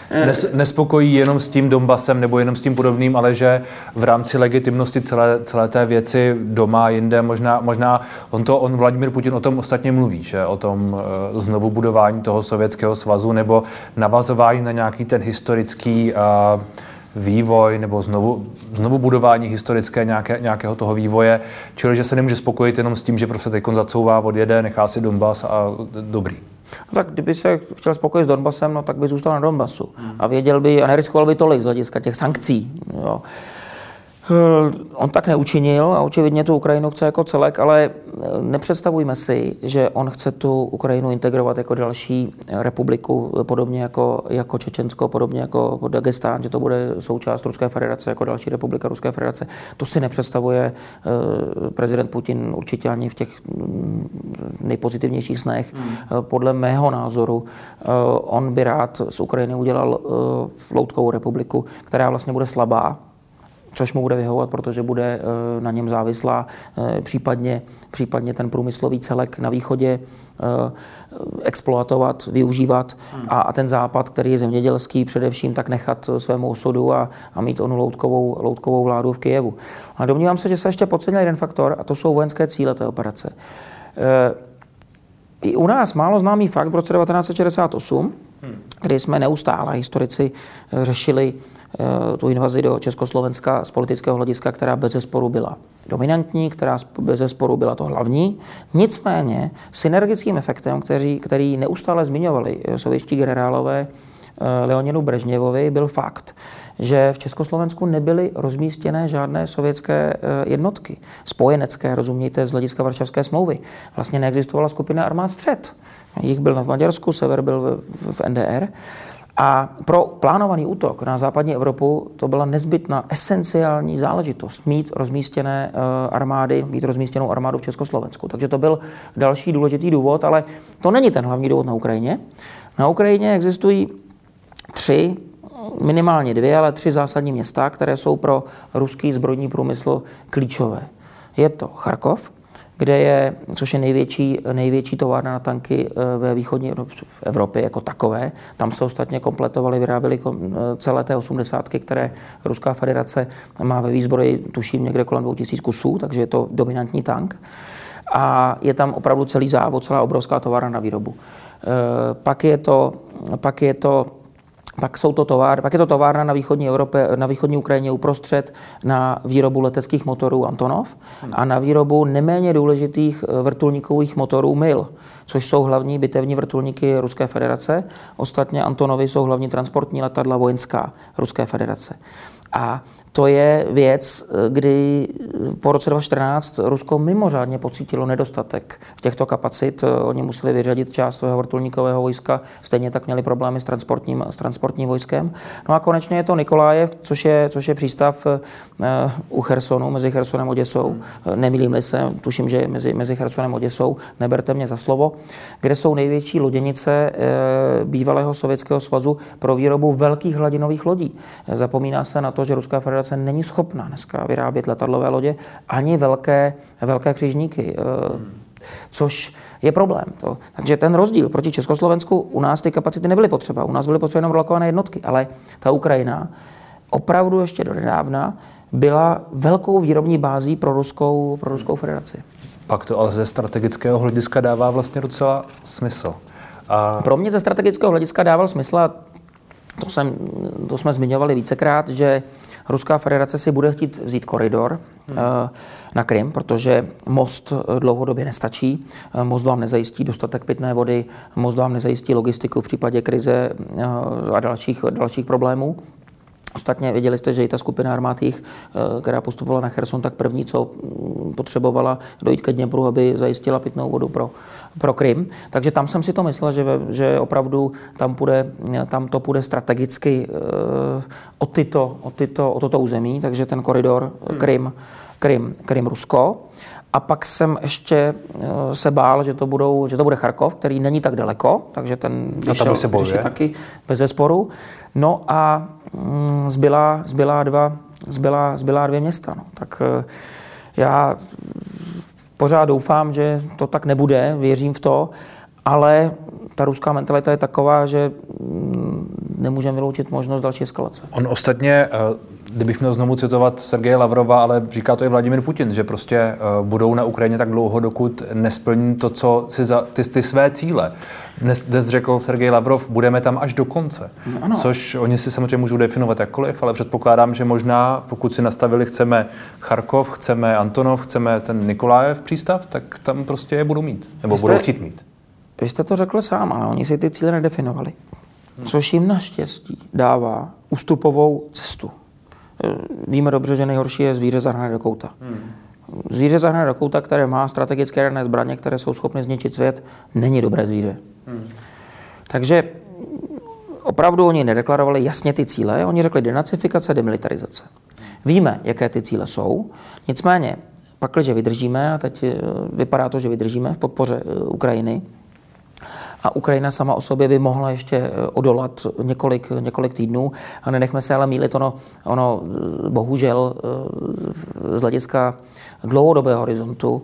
nespokojí jenom s tím Donbasem nebo jenom s tím podobným, ale že v rámci legitimnosti celé té věci doma, jinde, možná on Vladimír Putin o tom ostatně mluví, že o tom znovu budování toho Sovětského svazu nebo navazování na nějaký ten historický vývoj nebo znovu budování historické nějakého toho vývoje, čili že se nemůže spokojit jenom s tím, že prostě teďkon zacouvá, odjede, nechá si Donbas a dobrý. No tak kdyby se chtěl spokojit s Donbasem, no tak by zůstal na Donbasu a věděl by a neriskoval by tolik z hlediska těch sankcí. Jo. On tak neučinil a očividně tu Ukrajinu chce jako celek, ale nepředstavujme si, že on chce tu Ukrajinu integrovat jako další republiku, podobně jako Čečensko, podobně jako Dagestán, že to bude součást Ruské federace jako další republika Ruské federace. To si nepředstavuje prezident Putin určitě ani v těch nejpozitivnějších snech. Podle mého názoru on by rád z Ukrajiny udělal loutkovou republiku, která vlastně bude slabá, což mu bude vyhovovat, protože bude na něm závislá, případně ten průmyslový celek na východě exploatovat, využívat a ten západ, který je zemědělský především, tak nechat svému osudu a mít onu loutkovou vládu v Kyjevu. A domnívám se, že se ještě podcenil jeden faktor a to jsou vojenské cíle té operace. I u nás málo známý fakt v roce 1968, kdy jsme neustále historici řešili tu invazi do Československa z politického hlediska, která bezesporu byla dominantní, která bezesporu byla to hlavní. Nicméně synergickým efektem, který neustále zmiňovali sovětští generálové Leonidu Brežněvovi, byl fakt, že v Československu nebyly rozmístěné žádné sovětské jednotky. Spojenecké, rozumějte, z hlediska Varšavské smlouvy. Vlastně neexistovala skupina armád střed. Jich byl v Maďarsku, sever byl v NDR. A pro plánovaný útok na západní Evropu to byla nezbytná esenciální záležitost mít rozmístěné armády, mít rozmístěnou armádu v Československu. Takže to byl další důležitý důvod, ale to není ten hlavní důvod na Ukrajině. Na Ukrajině existují minimálně dvě, ale tři zásadní města, které jsou pro ruský zbrojní průmysl klíčové. Je to Charkov, což je největší továrna na tanky ve východní Evropě jako takové. Tam se ostatně kompletovali, vyráběli celé té 80, které Ruská federace má ve výzbroji, tuším někde kolem 2000 kusů, takže je to dominantní tank. A je tam opravdu celý závod, celá obrovská továrna na výrobu. Pak je to továrna na východní Evropě, na východní Ukrajině uprostřed na výrobu leteckých motorů Antonov a na výrobu neméně důležitých vrtulníkových motorů Mil, což jsou hlavní bitevní vrtulníky Ruské federace. Ostatně Antonovy jsou hlavní transportní letadla vojenská Ruské federace. A to je věc, kdy po roce 2014 Rusko mimořádně pocítilo nedostatek těchto kapacit. Oni museli vyřadit část svého vrtulníkového vojska, stejně tak měli problémy s transportním vojskem. No a konečně je to Nikolájev, což je přístav u Chersonu, mezi Chersonem a Oděsou. Nemýlím-li se, tuším, že mezi Chersonem a Oděsou, neberte mě za slovo, kde jsou největší loděnice bývalého Sovětského svazu pro výrobu velkých hladinových lodí. Zapomíná se na to, že Ruská federace není schopná dneska vyrábět letadlové lodě ani velké křižníky, což je problém. Takže ten rozdíl proti Československu, u nás ty kapacity nebyly potřeba, u nás byly potřeba jenom relokované jednotky, ale ta Ukrajina opravdu ještě donedávna byla velkou výrobní bází pro Ruskou federaci. Pak to ale ze strategického hlediska dává vlastně docela smysl. Pro mě ze strategického hlediska dával smysl, a to jsme zmiňovali vícekrát, že Ruská federace si bude chtít vzít koridor na Krym, protože most dlouhodobě nestačí. Most vám nezajistí dostatek pitné vody, most vám nezajistí logistiku v případě krize a dalších problémů. Ostatně věděli jste, že i ta skupina armád, která postupovala na Cherson, tak první, co potřebovala dojít ke Dněpru, aby zajistila pitnou vodu pro Krym. Takže tam jsem si to myslel, že opravdu tam to půjde strategicky o toto území, takže ten koridor Krym-Rusko. A pak jsem ještě se bál, že to bude Charkov, který není tak daleko, takže ten vyšel řešit taky bezesporu. No a zbylá dvě města. No. Tak já pořád doufám, že to tak nebude, věřím v to, ale ta ruská mentalita je taková, že nemůžeme vyloučit možnost další eskalace. On ostatně, kdybych měl znovu citovat Sergeje Lavrova, ale říká to i Vladimír Putin, že prostě budou na Ukrajině tak dlouho, dokud nesplní to, co si za ty své cíle. Dnes řekl Sergej Lavrov, budeme tam až do konce. Ano. Což oni si samozřejmě můžou definovat jakkoliv, ale předpokládám, že možná, pokud si nastavili, chceme Charkov, chceme Antonov, chceme ten Nikolajev přístav, tak tam prostě je budou mít. Nebo budou chtít mít. Vy jste to řekl sám, ale oni si ty cíle nedefinovali. Což jim naštěstí dává ústupovou cestu. Víme dobře, že nejhorší je zvíře zahnané do kouta. Zvíře zahnané do kouta, které má strategické jaderné zbraně, které jsou schopny zničit svět, není dobré zvíře. Takže opravdu oni nedeklarovali jasně ty cíle, oni řekli denacifikace, demilitarizace. Víme, jaké ty cíle jsou, nicméně pakliže vydržíme, a teď vypadá to, že vydržíme v podpoře Ukrajiny, a Ukrajina sama o sobě by mohla ještě odolat několik týdnů. A nenechme se ale mýlit, ono bohužel z hlediska dlouhodobého horizontu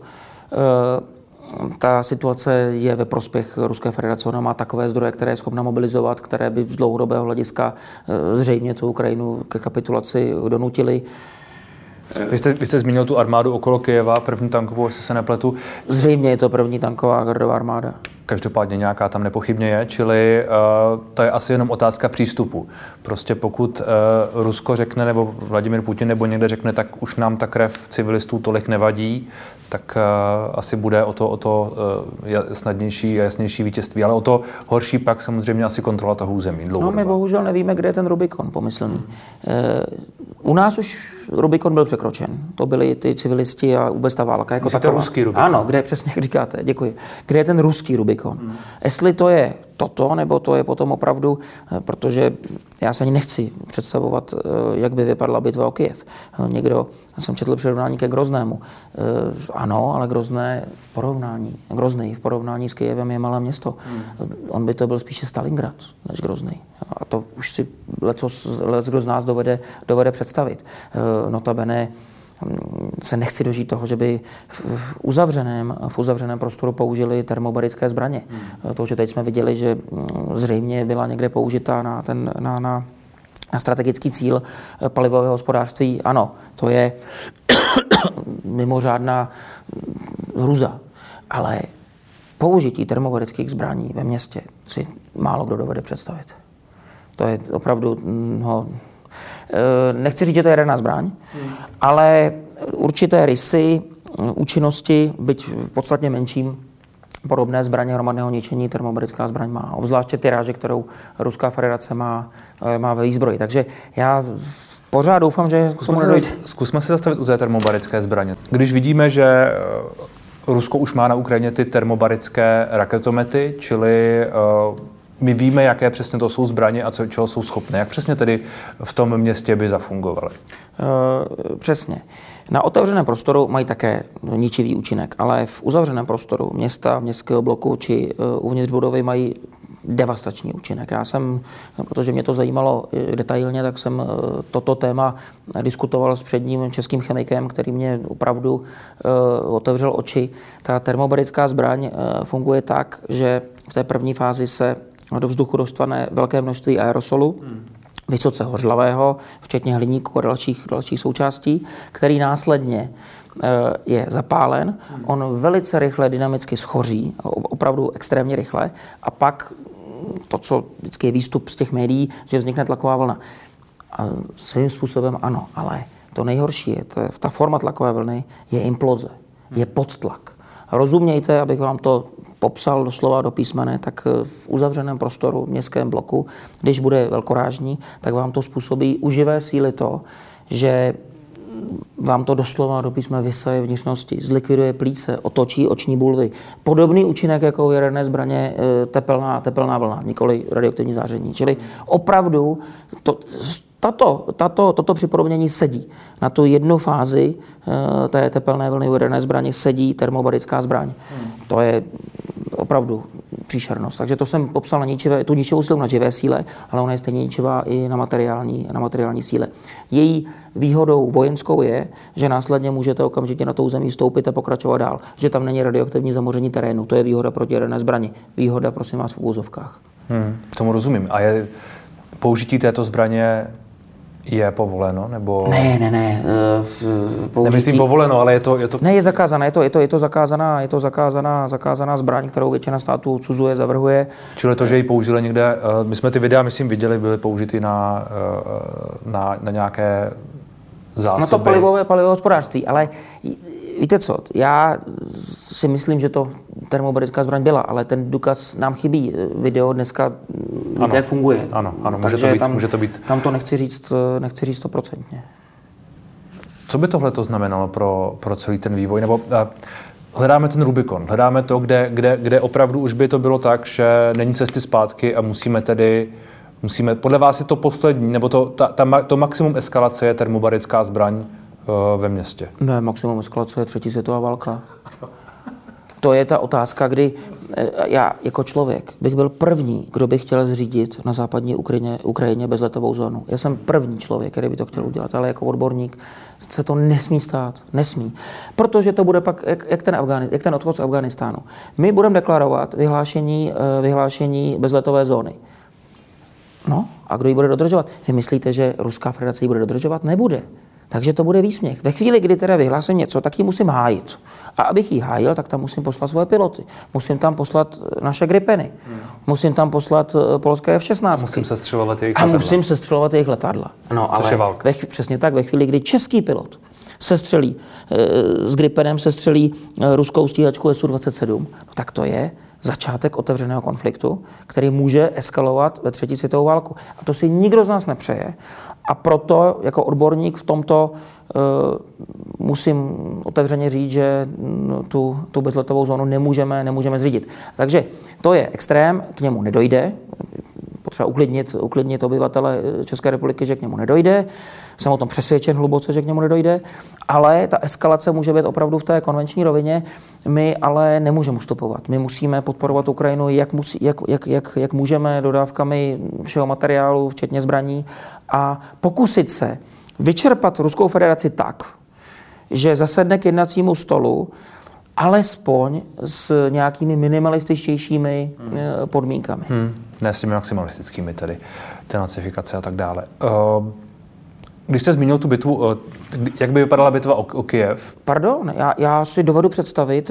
ta situace je ve prospěch Ruské federace. Ona má takové zdroje, které je schopna mobilizovat, které by z dlouhodobého hlediska zřejmě tu Ukrajinu ke kapitulaci donutily. Vy jste zmínil tu armádu okolo Kyjeva, první tankovou, jestli se nepletu. Zřejmě je to první tanková gardová armáda. Každopádně nějaká tam nepochybně je, čili to je asi jenom otázka přístupu. Prostě pokud Rusko řekne, nebo Vladimír Putin nebo někde řekne, tak už nám ta krev civilistů tolik nevadí, tak asi bude o to snadnější a jasnější vítězství. Ale o to horší pak samozřejmě asi kontrola toho území. No my bohužel nevíme, kde je ten Rubikon pomyslný. U nás už Rubikon byl překročen. To byli ty civilisti a vůbec ta válka. Jako to ruský Rubikon. Ano, kde přesně jak říkáte, děkuji. Kde je ten ruský Rubikon? Jestli to je toto, nebo to je potom opravdu, protože já se ani nechci představovat, jak by vypadla bitva o Kyjev. Já jsem četl přirovnání ke Groznému. Ano, ale Grozný v porovnání s Kyjevem je malé město. On by to byl spíše Stalingrad než Grozný. A to už si kdo z nás dovede představit. Notabene se nechci dožít toho, že by v uzavřeném prostoru použili termobarické zbraně. To, že teď jsme viděli, že zřejmě byla někde použita na strategický cíl palivového hospodářství. Ano, to je mimořádná hruza. Ale použití termobarických zbraní ve městě si málo kdo dovede představit. To je opravdu... Nechci říct, že to je jaderná zbraň, ale určité rysy účinnosti, byť v podstatně menším, podobné zbraně hromadného ničení termobarická zbraň má. Obzvláště tyráže, kterou Ruská federace má ve výzbroji. Takže já pořád doufám, že... Zkusme se zastavit u té termobarické zbraně. Když vidíme, že Rusko už má na Ukrajině ty termobarické raketomety, čili... My víme, jaké přesně to jsou zbraně a čeho jsou schopné. Jak přesně tedy v tom městě by zafungovaly? Přesně. Na otevřeném prostoru mají také ničivý účinek, ale v uzavřeném prostoru města, městského bloku či uvnitř budovy mají devastační účinek. Protože mě to zajímalo detailně, tak jsem toto téma diskutoval s předním českým chemikem, který mě opravdu otevřel oči. Ta termobarická zbraň funguje tak, že v té první fázi se do vzduchu dostane velké množství aerosolu, vysoce hořlavého, včetně hliníku a dalších součástí, který následně je zapálen. On velice rychle dynamicky schoří, opravdu extrémně rychle, a pak to, co vždycky je výstup z těch médií, že vznikne tlaková vlna. A svým způsobem ano, ale to nejhorší je, ta forma tlakové vlny je imploze, je podtlak. Rozumějte, abych vám to popsal doslova do písmene, tak v uzavřeném prostoru v městském bloku, když bude velkorážní, tak vám to způsobí u živé síly to, že vám to doslova do písmene vysaje vnitřnosti, zlikviduje plíce, otočí oční bulvy. Podobný účinek jako u jaderné zbraně tepelná vlna, nikoli radioaktivní záření. Čili opravdu toto připodobnění sedí. Na tu jednu fázi té tepelné vlny u jaderné zbraně sedí termobarická zbraň. To je opravdu příšernost. Takže to jsem popsal na tu ničivou sílu na živé síle, ale ona je stejně ničivá i na materiální síle. Její výhodou vojenskou je, že následně můžete okamžitě na to území vstoupit a pokračovat dál. Že tam není radioaktivní zamoření terénu. To je výhoda proti jaderné zbrani. Výhoda, prosím vás, v úvozovkách. Tomu rozumím. A použití této zbraně je povoleno, nebo... Ne. Nemyslím povoleno, ale je to... Ne, je zakázané, je to zakázaná zbraň, kterou většina států odsuzuje, zavrhuje. Čili to, že ji použili někde, my jsme ty videa, myslím, viděli, byly použity na nějaké zásoby. Na to palivové hospodářství, ale víte co, já si myslím, že to termobarická zbraň byla, ale ten důkaz nám chybí. Video dneska víte, jak funguje. Ano, může to být. Tam to nechci říct 100%. Co by tohle to znamenalo pro celý ten vývoj? Nebo hledáme ten Rubikon, hledáme to, kde opravdu už by to bylo tak, že není cesty zpátky a musíme, podle vás je to poslední, nebo to maximum eskalace je termobarická zbraň ve městě? Ne, maximum eskalace je 3. světová válka. To je ta otázka, kdy já jako člověk bych byl první, kdo by chtěl zřídit na západní Ukrajině bezletovou zónu. Já jsem první člověk, který by to chtěl udělat, ale jako odborník se to nesmí stát. Nesmí. Protože to bude pak jak ten odchod z Afghánistánu. My budeme deklarovat vyhlášení bezletové zóny. No a kdo ji bude dodržovat? Vy myslíte, že Ruská federace ji bude dodržovat? Nebude. Takže to bude výsměch. Ve chvíli, kdy teda vyhlásím něco, tak ji musím hájit. A abych ji hájil, tak tam musím poslat svoje piloty. Musím tam poslat naše Gripeny. Musím tam poslat polské F-16. Musím sestřelovat jejich letadla. No, což je válka. Přesně tak, ve chvíli, kdy český pilot sestřelí s Gripenem sestřelí ruskou stíhačku Su-27, no, tak to je začátek otevřeného konfliktu, který může eskalovat ve 3. světovou válku. A to si nikdo z nás nepřeje. A proto jako odborník v tomto musím otevřeně říct, že tu bezletovou zónu nemůžeme zřídit. Takže to je extrém, k němu nedojde. Potřeba uklidnit obyvatele České republiky, že k němu nedojde. Jsem o tom přesvědčen hluboce, že k němu nedojde. Ale ta eskalace může být opravdu v té konvenční rovině. My ale nemůžeme ustupovat. My musíme podporovat Ukrajinu, jak můžeme, dodávkami všeho materiálu, včetně zbraní, a pokusit se vyčerpat Ruskou federaci tak, že zasedne k jednacímu stolu alespoň s nějakými minimalističtějšími podmínkami. Ne s těmi maximalistickými, tedy denacifikace a tak dále. Když jste zmínil tu bitvu, jak by vypadala bitva o Kyjev? Pardon, já si dovedu představit,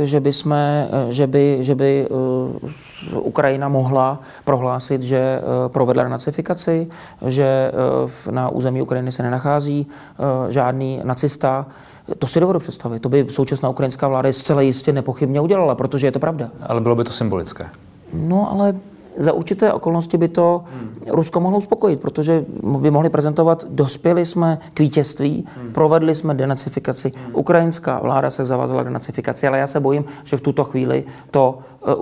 že by Ukrajina mohla prohlásit, že provedla denacifikaci, že na území Ukrajiny se nenachází žádný nacista. To si dovedu představit. To by současná ukrajinská vláda zcela jistě nepochybně udělala, protože je to pravda. Ale bylo by to symbolické. No, ale za určité okolnosti by to Rusko mohlo uspokojit, protože by mohli prezentovat, dospěli jsme k vítězství, provedli jsme denacifikaci. Ukrajinská vláda se zavázala k denacifikaci, ale já se bojím, že v tuto chvíli to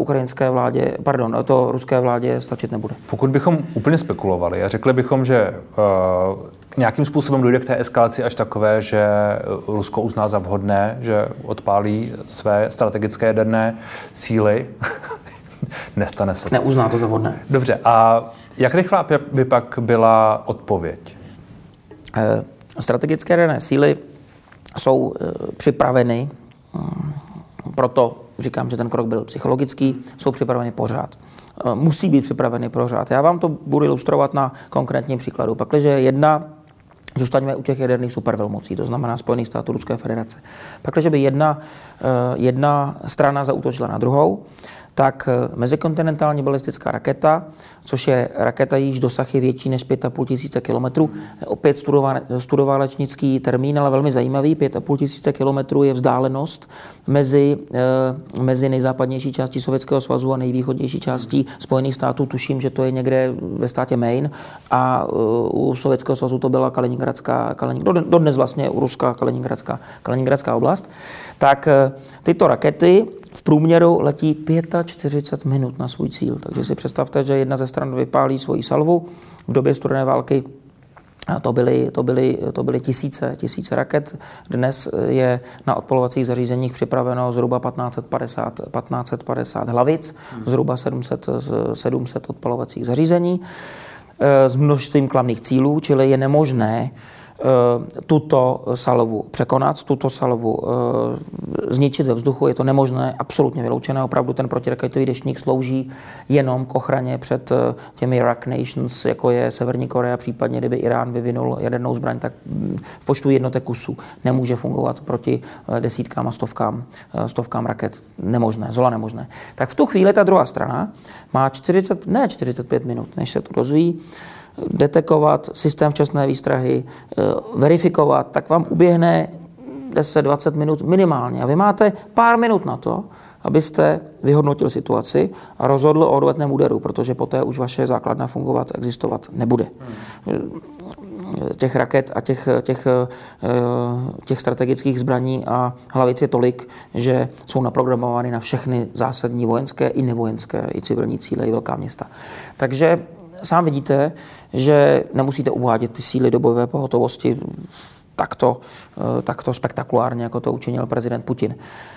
ruské vládě stačit nebude. Pokud bychom úplně spekulovali a řekli bychom, že nějakým způsobem dojde k té eskalaci až takové, že Rusko uzná za vhodné, že odpálí své strategické jaderné síly, nestane se to. Neuzná to za vhodné. Dobře, a jak rychlá by pak byla odpověď? Strategické jaderné síly jsou připraveny, proto říkám, že ten krok byl psychologický, jsou připraveny pořád. Musí být připraveny pořád. Já vám to budu ilustrovat na konkrétním příkladu. Pakliže zůstaňme u těch jaderných supervelmocí, to znamená Spojených států, Ruské federace. Pakliže by jedna strana zaútočila na druhou, tak mezikontinentální balistická raketa, což je raketa, jejíž dosah je větší než 5,5 tisíce kilometrů. Opět studoválečnický termín, ale velmi zajímavý. 5,5 tisíce kilometrů je vzdálenost mezi nejzápadnější částí Sovětského svazu a nejvýchodnější částí Spojených států. Tuším, že to je někde ve státě Maine, a u Sovětského svazu to byla dodnes vlastně u Ruska Kaliningradská oblast. Tak tyto rakety v průměru letí 45 minut na svůj cíl. Takže si představte, že jedna ze stran vypálí svoji salvu. V době studené války to byly tisíce raket. Dnes je na odpalovacích zařízeních připraveno zhruba 1550 hlavic, zhruba 700 odpalovacích zařízení s množstvím klamných cílů, čili je nemožné tuto salvu překonat, tuto salvu zničit ve vzduchu. Je to nemožné, absolutně vyloučené. Opravdu ten protiraketový deštník slouží jenom k ochraně před těmi rock nations, jako je Severní Korea, případně kdyby Irán vyvinul jadernou zbraň, tak v počtu jednotek kusů nemůže fungovat proti desítkám a stovkám raket. Nemožné, zola nemožné. Tak v tu chvíli ta druhá strana má 45 minut, než se to dozví, detekovat, systém včasné výstrahy, verifikovat, tak vám uběhne 10-20 minut minimálně. A vy máte pár minut na to, abyste vyhodnotil situaci a rozhodl o odvetném úderu, protože poté už vaše základna fungovat, existovat nebude. Těch raket a těch strategických zbraní a hlavic je tolik, že jsou naprogramovány na všechny zásadní vojenské i nevojenské i civilní cíle i velká města. Takže sám vidíte, že nemusíte uvádět ty síly do bojové pohotovosti takto spektakulárně, jako to učinil prezident Putin.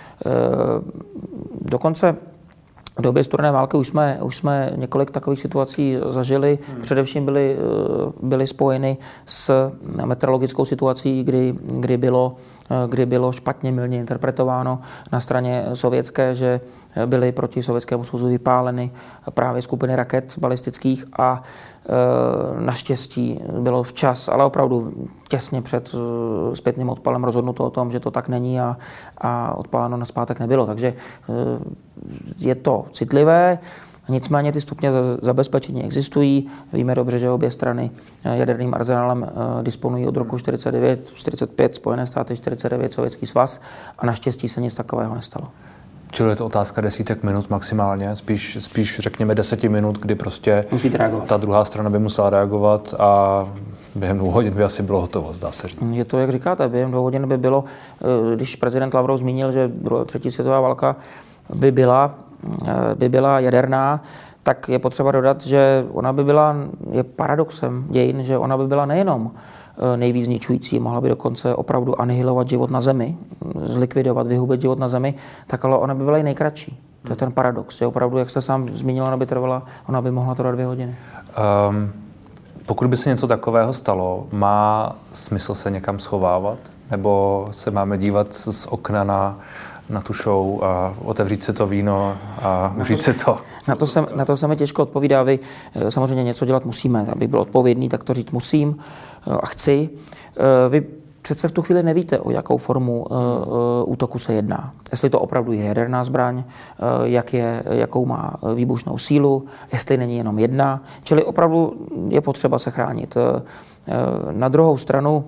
Dokonce v době studené války už jsme několik takových situací zažili. Především byly spojeny s meteorologickou situací, kdy bylo špatně mylně interpretováno na straně sovětské, že byly proti sovětskému svazu vypáleny právě skupiny raket balistických a naštěstí bylo včas, ale opravdu těsně před zpětným odpalem rozhodnuto o tom, že to tak není a odpáleno nazpátek nebylo. Takže je to citlivé, nicméně ty stupně zabezpečení existují. Víme dobře, že obě strany jaderným arzenálem disponují od roku 49, Spojené státy 49, Sovětský svaz a naštěstí se nic takového nestalo. Čili je to otázka desítek minut maximálně, spíš řekněme 10 minut, kdy prostě ta druhá strana by musela reagovat a během 2 hodin by asi bylo hotovo, zdá se říct. Je to, jak říkáte, během 2 hodin by bylo, když prezident Lavrov zmínil, že třetí světová válka by byla jaderná, tak je potřeba dodat, že ona by byla, je paradoxem dějin, že ona by byla nejenom nejvíc zničující, mohla by dokonce opravdu anihilovat život na Zemi, zlikvidovat, vyhubit život na Zemi, tak ale ona by byla i nejkratší. To je ten paradox, že opravdu, jak jste sám zmínil, ona by mohla trvat 2 hodiny. Pokud by se něco takového stalo, má smysl se někam schovávat? Nebo se máme dívat z okna na tu show a otevřít si to víno a užít si to? Na to se mi těžko odpovídá. Vy samozřejmě něco dělat musíme. Abych byl odpovědný, tak to říct musím a chci. Vy přece v tu chvíli nevíte, o jakou formu útoku se jedná. Jestli to opravdu je jaderná zbraň, jakou má výbušnou sílu, jestli není jenom jedna. Čili opravdu je potřeba se chránit. Na druhou stranu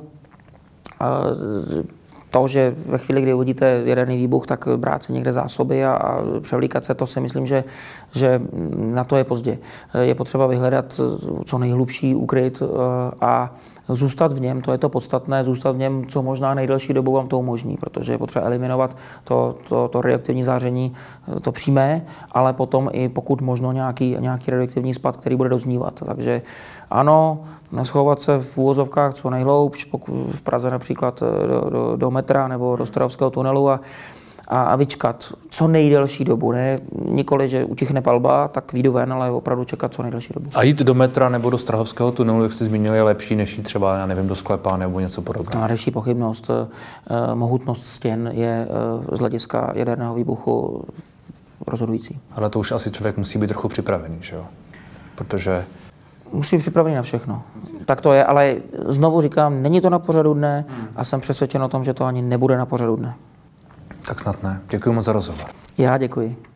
to, že ve chvíli, kdy uvidíte jaderný výbuch, tak brát si někde zásoby a převlíkat se, to si myslím, že na to je pozdě. Je potřeba vyhledat co nejhlubší úkryt a zůstat v něm, to je to podstatné, zůstat v něm co možná nejdelší dobu vám to umožní, protože je potřeba eliminovat to radioaktivní záření, to přímé, ale potom i pokud možno nějaký radioaktivní spad, který bude doznívat. Takže ano, schovat se v úvozovkách co nejhloubš, v Praze například do metra nebo do Strahovského tunelu a vyčkat co nejdelší dobu. Nikoli, že utichne palba, tak vyjdu ven, ale opravdu čekat co nejdelší dobu. A jít do metra nebo do Strahovského tunelu, jak jste zmínili, je lepší, než jít třeba, já nevím, do sklepa nebo něco podobného? Nejlepší pochybnost. Mohutnost stěn je z hlediska jaderného výbuchu rozhodující. Ale to už asi člověk musí být trochu připravený, že jo? Protože musí být připravený na všechno. Tak to je, ale znovu říkám, není to na pořadu dne a jsem přesvědčen o tom, že to ani nebude na pořadu dne. Tak snad ne. Děkuji moc za rozhovor. Já děkuji.